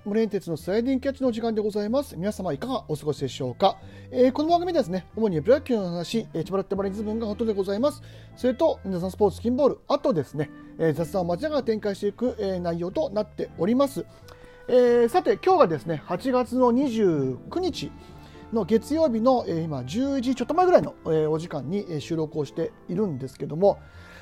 無連鉄のスライディングキャッチの時間でございます。皆様いかがお過ごしでしょうか。この番組でですね、主にプロ野球の話、千葉ロッテマリーンズ分がほとんどでございます。それと皆さんスポーツ金ボール、あとですね、雑談を交えながら展開していく、内容となっております。さて今日がですね、8月の29日の月曜日の、今10時ちょっと前ぐらいの、お時間に、収録をしているんですけども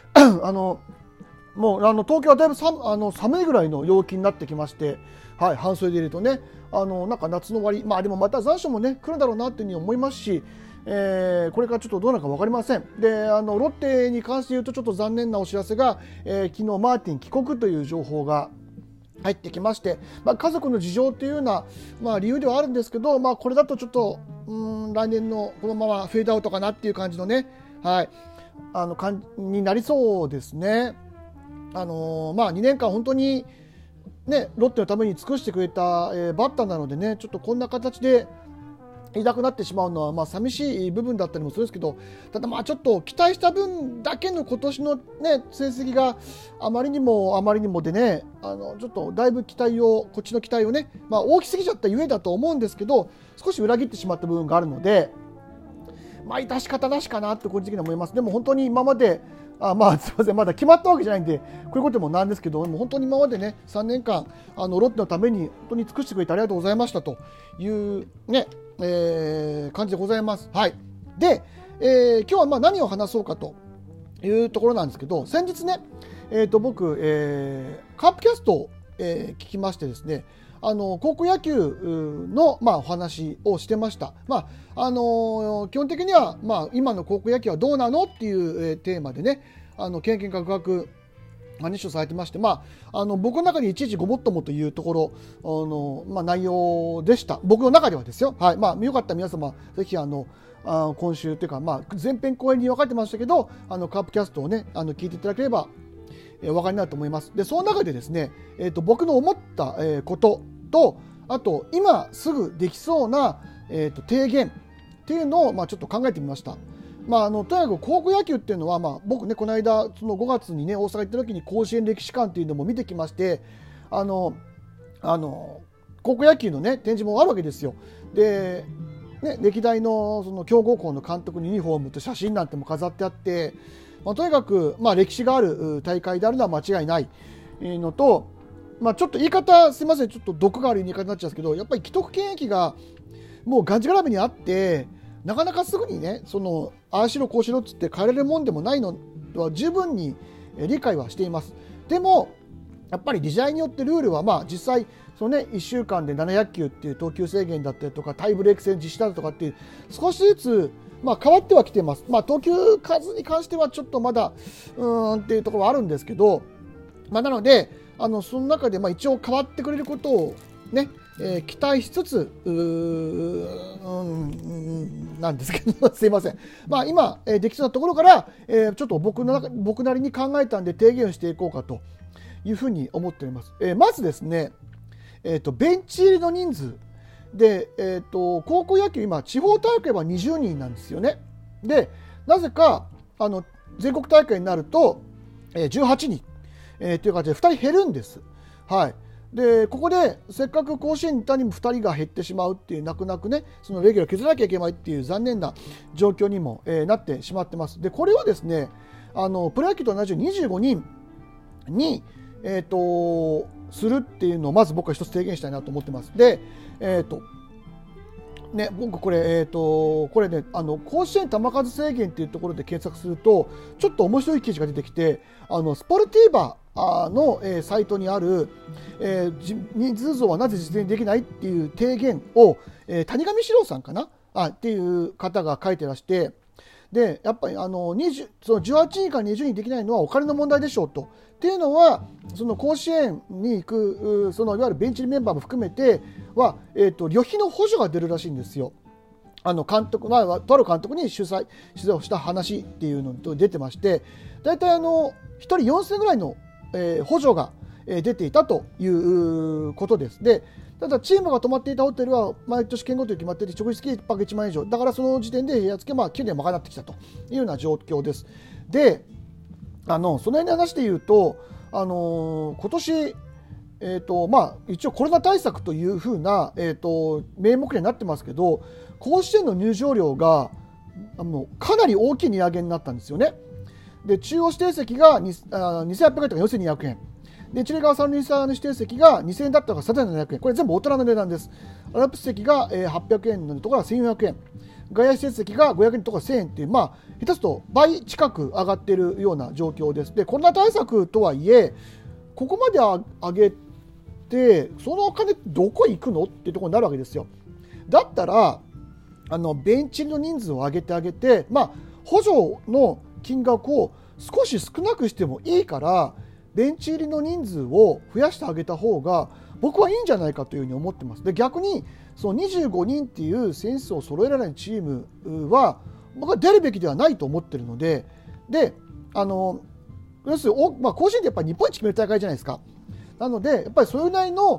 もう東京はだいぶ寒いぐらいの陽気になってきまして、はい、半袖でいるとね、なんか夏の終わり、でもまた残暑もね来るんだろうなというふうに思いますし、これからちょっとどうなるか分かりません。でロッテに関して言うとちょっと残念なお知らせが、昨日マーティン帰国という情報が入ってきまして、家族の事情というような、理由ではあるんですけど、これだとちょっと来年のこのままフェードアウトかなっていう感じのね、はい、感じになりそうですね。2年間本当に、ね、ロッテのために尽くしてくれた、バッターなのでね、ちょっとこんな形でいなくなってしまうのは、寂しい部分だったりもするんですけど、ただちょっと期待した分だけの今年の、ね、成績があまりにもでね、ちょっとだいぶこっちの期待をね、大きすぎちゃったゆえだと思うんですけど、少し裏切ってしまった部分があるので、致し方なしかなって個人的には思います。でも本当に今まですいません、まだ決まったわけじゃないんでこういうこともなんですけど、もう本当に今までね3年間ロッテのために本当に尽くしてくれてありがとうございましたというね、感じでございます。はい。で、今日は何を話そうかというところなんですけど、先日ね、僕、カープキャストを、聞きましてですね、高校野球の、お話をしてました。基本的には、今の高校野球はどうなのっていう、テーマでね、けんけんがくがく話をされてまして、僕の中でいちいちごもっともというところ内容でした。僕の中ではですよ。はい。よかったら皆様ぜひ今週というか、前編後編に分かれてましたけど、カープキャストをね聞いていただければお分かりになると思います。でその中でですね、僕の思った、ことと、あと今すぐできそうな、提言っていうのを、ちょっと考えてみました。とにかく高校野球っていうのは、僕ねこの間その5月にね大阪行った時に甲子園歴史館っていうのも見てきまして、高校野球のね展示もあるわけですよ。で、ね、歴代のその強豪校の監督のユニフォームと写真なんても飾ってあって、とにかく歴史がある大会であるのは間違いないのと、ちょっと言い方すいません、ちょっと毒がある言い方になっちゃうんですけど、やっぱり既得権益がもうがんじがらめにあって、なかなかすぐにねああしろこうしろっつって変えられるもんでもないのは十分に理解はしています。でもやっぱり時代によってルールは実際その、1週間で700球っていう投球制限だったりとかタイブレーク戦実施だとかっていう少しずつ変わってはきています。投球数に関してはちょっとまだっていうところはあるんですけど、なのでその中で一応変わってくれることをね、期待しつつなんですけどすいません。今、できそうなところから、ちょっと僕なりに考えたんで提言をしていこうかというふうに思っております。まずですね、ベンチ入りの人数で、高校野球今地方大会は20人なんですよね。でなぜか全国大会になると、18人、という感じで2人減るんです。はい。でここでせっかく甲子園にいたにも2人が減ってしまうっていう、泣く泣くねそのレギュラー削らなきゃいけないっていう残念な状況にも、なってしまってます。でこれはですねプロ野球と同じ25人に、するっていうのをまず僕は一つ提言したいなと思ってます。で僕これね甲子園球数制限っていうところで検索するとちょっと面白い記事が出てきて、スポルティーバのサイトにある、人数増はなぜ実現できないっていう提言を、谷上史郎さんかなっていう方が書いてらして、でやっぱりその18人から20人できないのはお金の問題でしょうと。っていうのはその甲子園に行くそのいわゆるベンチメンバーも含めては、旅費の補助が出るらしいんですよ。監督とある監督に取材をした話っていうのと出てまして、だいたい1人4000円ぐらいの補助が出ていたということです。でただチームが泊まっていたホテルは毎年県ごとに決まっていて直接1泊1万円以上だから、その時点で部屋付け給料賄ってきたというような状況です。でその辺の話で言うと今年一応コロナ対策というふうな、名目になってますけど、甲子園の入場料がかなり大きい値上げになったんですよね。で、中央指定席が2800円とか4200円。で、一塁側三塁側の指定席が2000円だったのが3700円。これ全部大人の値段です。アルプス席が800円のところが1400円。外野指定席が500円のところが1000円っていう、下手すると倍近く上がっているような状況です。で、コロナ対策とはいえ、ここまで上げて、そのお金どこ行くのっていうところになるわけですよ。だったら、ベンチ入りの人数を上げてあげて、補助の金額を少し少なくしてもいいから、ベンチ入りの人数を増やしてあげた方が僕はいいんじゃないかというふうに思ってます。で、逆にその25人っていう選手を揃えられないチームは僕は出るべきではないと思ってるので、要するに甲子園ってやっぱり日本一決める大会じゃないですか。なのでやっぱりそれなりの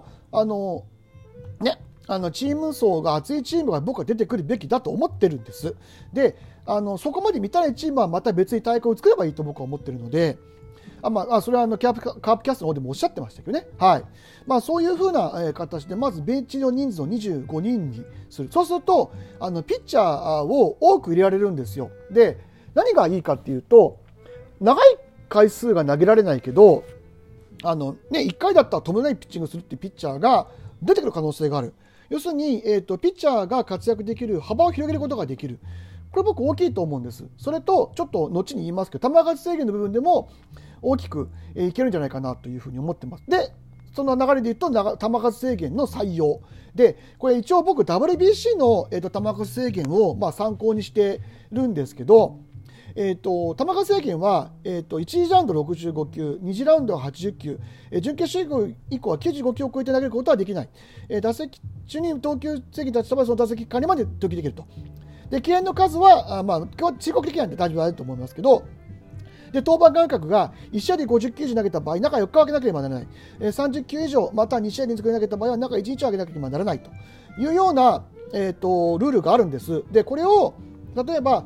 チーム層が厚いチームが僕は出てくるべきだと思ってるんです。で、そこまで満たないチームはまた別に大会を作ればいいと僕は思ってるので、それはカープキャストの方でもおっしゃってましたけどね。はい。そういう風な形で、まずベンチの人数を25人にする。そうすると、ピッチャーを多く入れられるんですよ。で、何がいいかっていうと、長い回数が投げられないけど、1回だったら止めないピッチングするっていうピッチャーが出てくる可能性がある。要するに、ピッチャーが活躍できる幅を広げることができる。これ僕大きいと思うんです。それと、ちょっと後に言いますけど、球数制限の部分でも大きくいけるんじゃないかなというふうに思ってます。で、その流れで言うと、球数制限の採用。で、これ一応僕 WBC の、球数制限を参考にしてるんですけど、球数制限は、1次ラウンド65球、2次ラウンドは80球、準決勝以降は95球を超えて投げることはできない。打席中に投球制限に立ちた場合、その打席間にまで投球できると。で、敬遠の数は、申告できないんで大丈夫だと思いますけど、で、登板間隔が1試合で50球以上投げた場合、中4日空けなければならない。30球以上、また2試合連続で投げた場合は、中1日空けなければならないというような、ルールがあるんです。で、これを、例えば、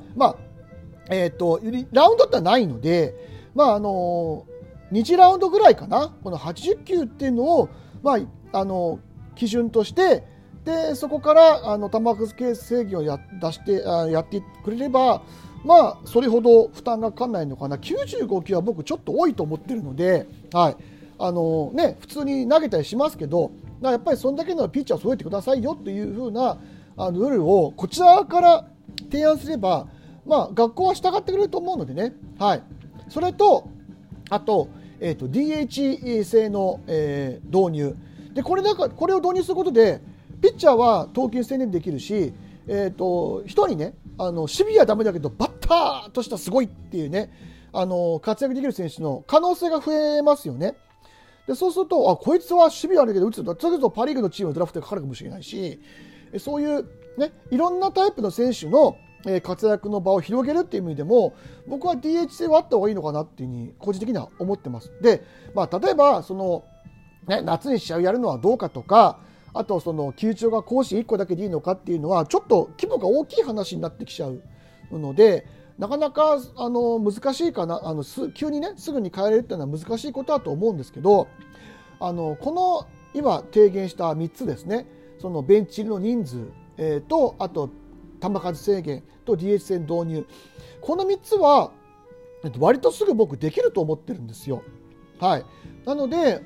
ラウンドってはないので、2次ラウンドぐらいかな、この80球っていうのを、基準として、で、そこから球数制限をやってくれれば、それほど負担がかかんないのかな。95球は僕ちょっと多いと思ってるので、はい。普通に投げたりしますけど、やっぱりそんだけのピッチャーを揃えてくださいよというふうなルールをこちらから提案すれば、学校は従ってくれると思うのでね。はい。それと、あと、DH 制の、導入。で、これを導入することで、ピッチャーは投球に専念できるし、人にね、守備はダメだけど、バッターとしてはすごいっていうね、活躍できる選手の可能性が増えますよね。で、そうすると、こいつは守備悪いけど打つんだ。それこそパ・リーグのチームのドラフトでかかるかもしれないし、そういうね、いろんなタイプの選手の活躍の場を広げるっていう意味でも、僕は DH 制はあった方がいいのかなっていうふうに個人的には思ってます。で、例えば夏に試合をやるのはどうかとか、あと球場が甲子園1個だけでいいのかっていうのはちょっと規模が大きい話になってきちゃうので、なかなか難しいかな、急にねすぐに変えれるっていうのは難しいことだと思うんですけど、この今提言した3つですね、そのベンチ入りの人数、とあと球数制限と DH 制導入、この3つは割とすぐ僕できると思ってるんですよ。はい。なので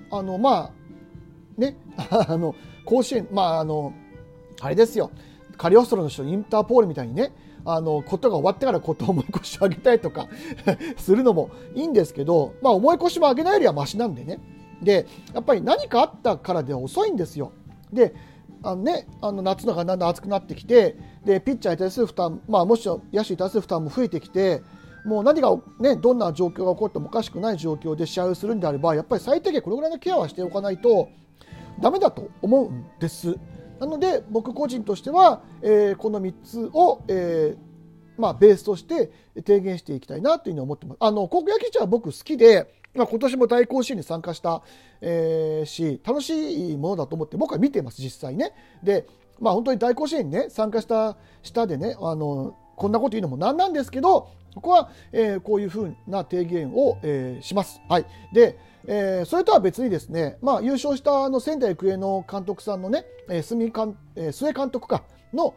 甲子園、あれですよ、カリオストロの人インターポールみたいにね、ことが終わってからことを思い越しを上げたいとかするのもいいんですけど、思い越しも上げないよりはマシなんでね。で、やっぱり何かあったからでは遅いんですよ。で、夏のがだんだん暑くなってきて、でピッチャーに対する負担、もし野手に対する負担も増えてきて、もう何がね、どんな状況が起こってもおかしくない状況で試合をするんであれば、やっぱり最低限これぐらいのケアはしておかないとダメだと思うんです。なので僕個人としては、この3つを、ベースとして提言していきたいなというふうに思ってます。高校野球は僕好きで、今年も大甲子園に参加した、し、楽しいものだと思って僕は見ています、実際ね。で、本当に大甲子園にね参加した下でね、こんなこと言うのもなんですけど、ここは、こういうふうな提言を、します。はい。で、 それとは別にですね、優勝した仙台育英の監督さんのね、須江監督の、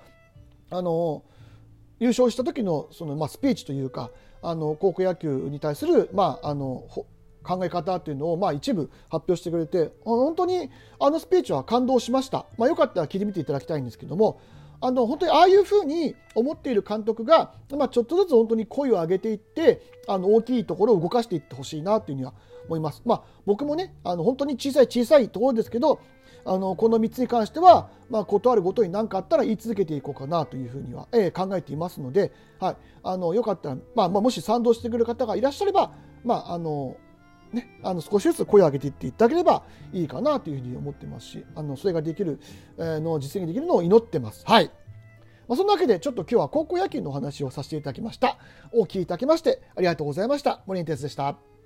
優勝した時のスピーチというか、高校野球に対する、考え方というのを一部発表してくれて、本当にスピーチは感動しました。よかったら聞いてみていただきたいんですけども、本当にああいうふうに思っている監督が、ちょっとずつ本当に声を上げていって、大きいところを動かしていってほしいなというふうには思います。僕もね、本当に小さいところですけど、この3つに関しては、ことあるごとに何かあったら言い続けていこうかなというふうには、考えていますので、よかったら、もし賛同してくれる方がいらっしゃれば、少しずつ声を上げていっていただければいいかなというふうに思ってますし、それができる、実現できるのを祈ってます。はい。そんなわけで、ちょっと今日は高校野球のお話をさせていただきました。お聞きいただきましてありがとうございました。森根哲でした。